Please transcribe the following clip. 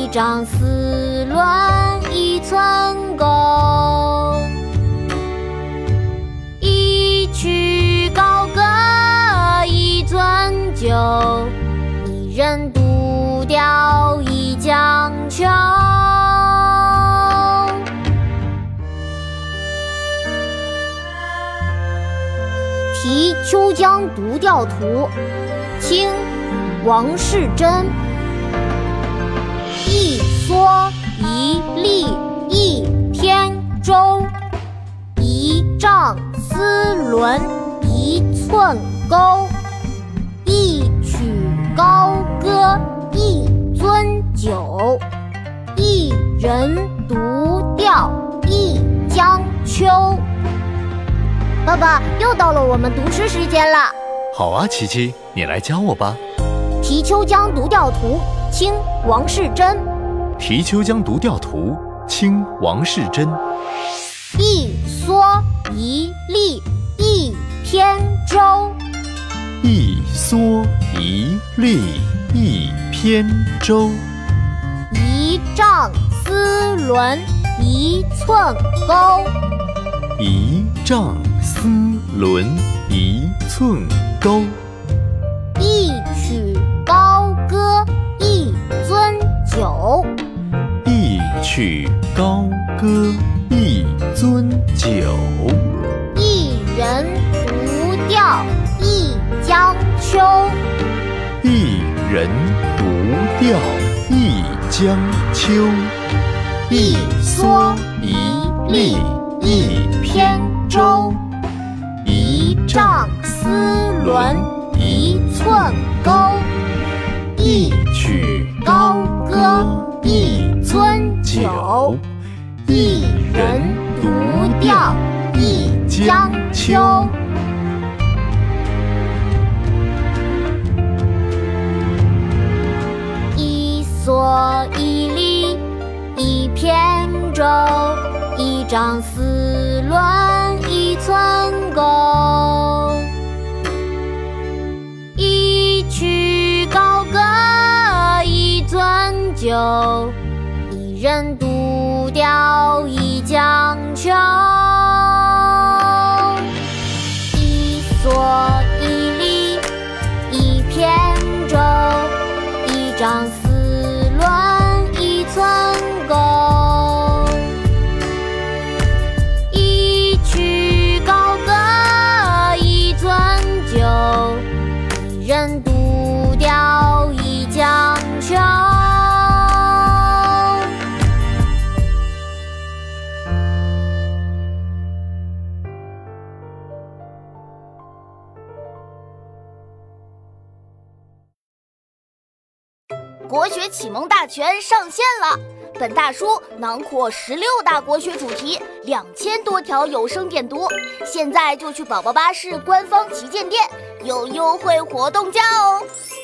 丈丝纶一寸钩，一曲高歌一樽酒，一人独钓一江秋。《题秋江独钓图》清·王士祯。一蓑一笠一扁舟，一丈丝纶一寸钩，一曲高歌一樽酒，一人独钓一江秋。爸爸，又到了我们读诗时间了。 好啊，琪琪，你来教我吧。 《题秋江独钓图》清·王士祯。 《题秋江独钓图》清·王士祯。 一蓑一笠一扁舟， 一蓑一笠一扁舟， 一丈丝纶一寸钩， 一丈丝纶一寸钩， 一曲高歌一樽酒， 一曲高歌一樽酒， 一人独钓一江秋。 一人独钓一江秋，一蓑一笠一扁舟，一丈丝纶一寸钩，一曲高歌一樽酒，一人独钓一江秋。 一蓑一笠一扁舟，一丈丝纶一寸钩，一曲高歌一樽酒，一人独钓一江秋。一蓑一笠一扁舟，一丈丝纶一寸钩，一曲高歌一樽酒，一人独钓一江秋。 国学启蒙大全上线了！本大书囊括16大国学主题，2000多条有声点读。现在就去宝宝巴士官方旗舰店，有优惠活动价哦！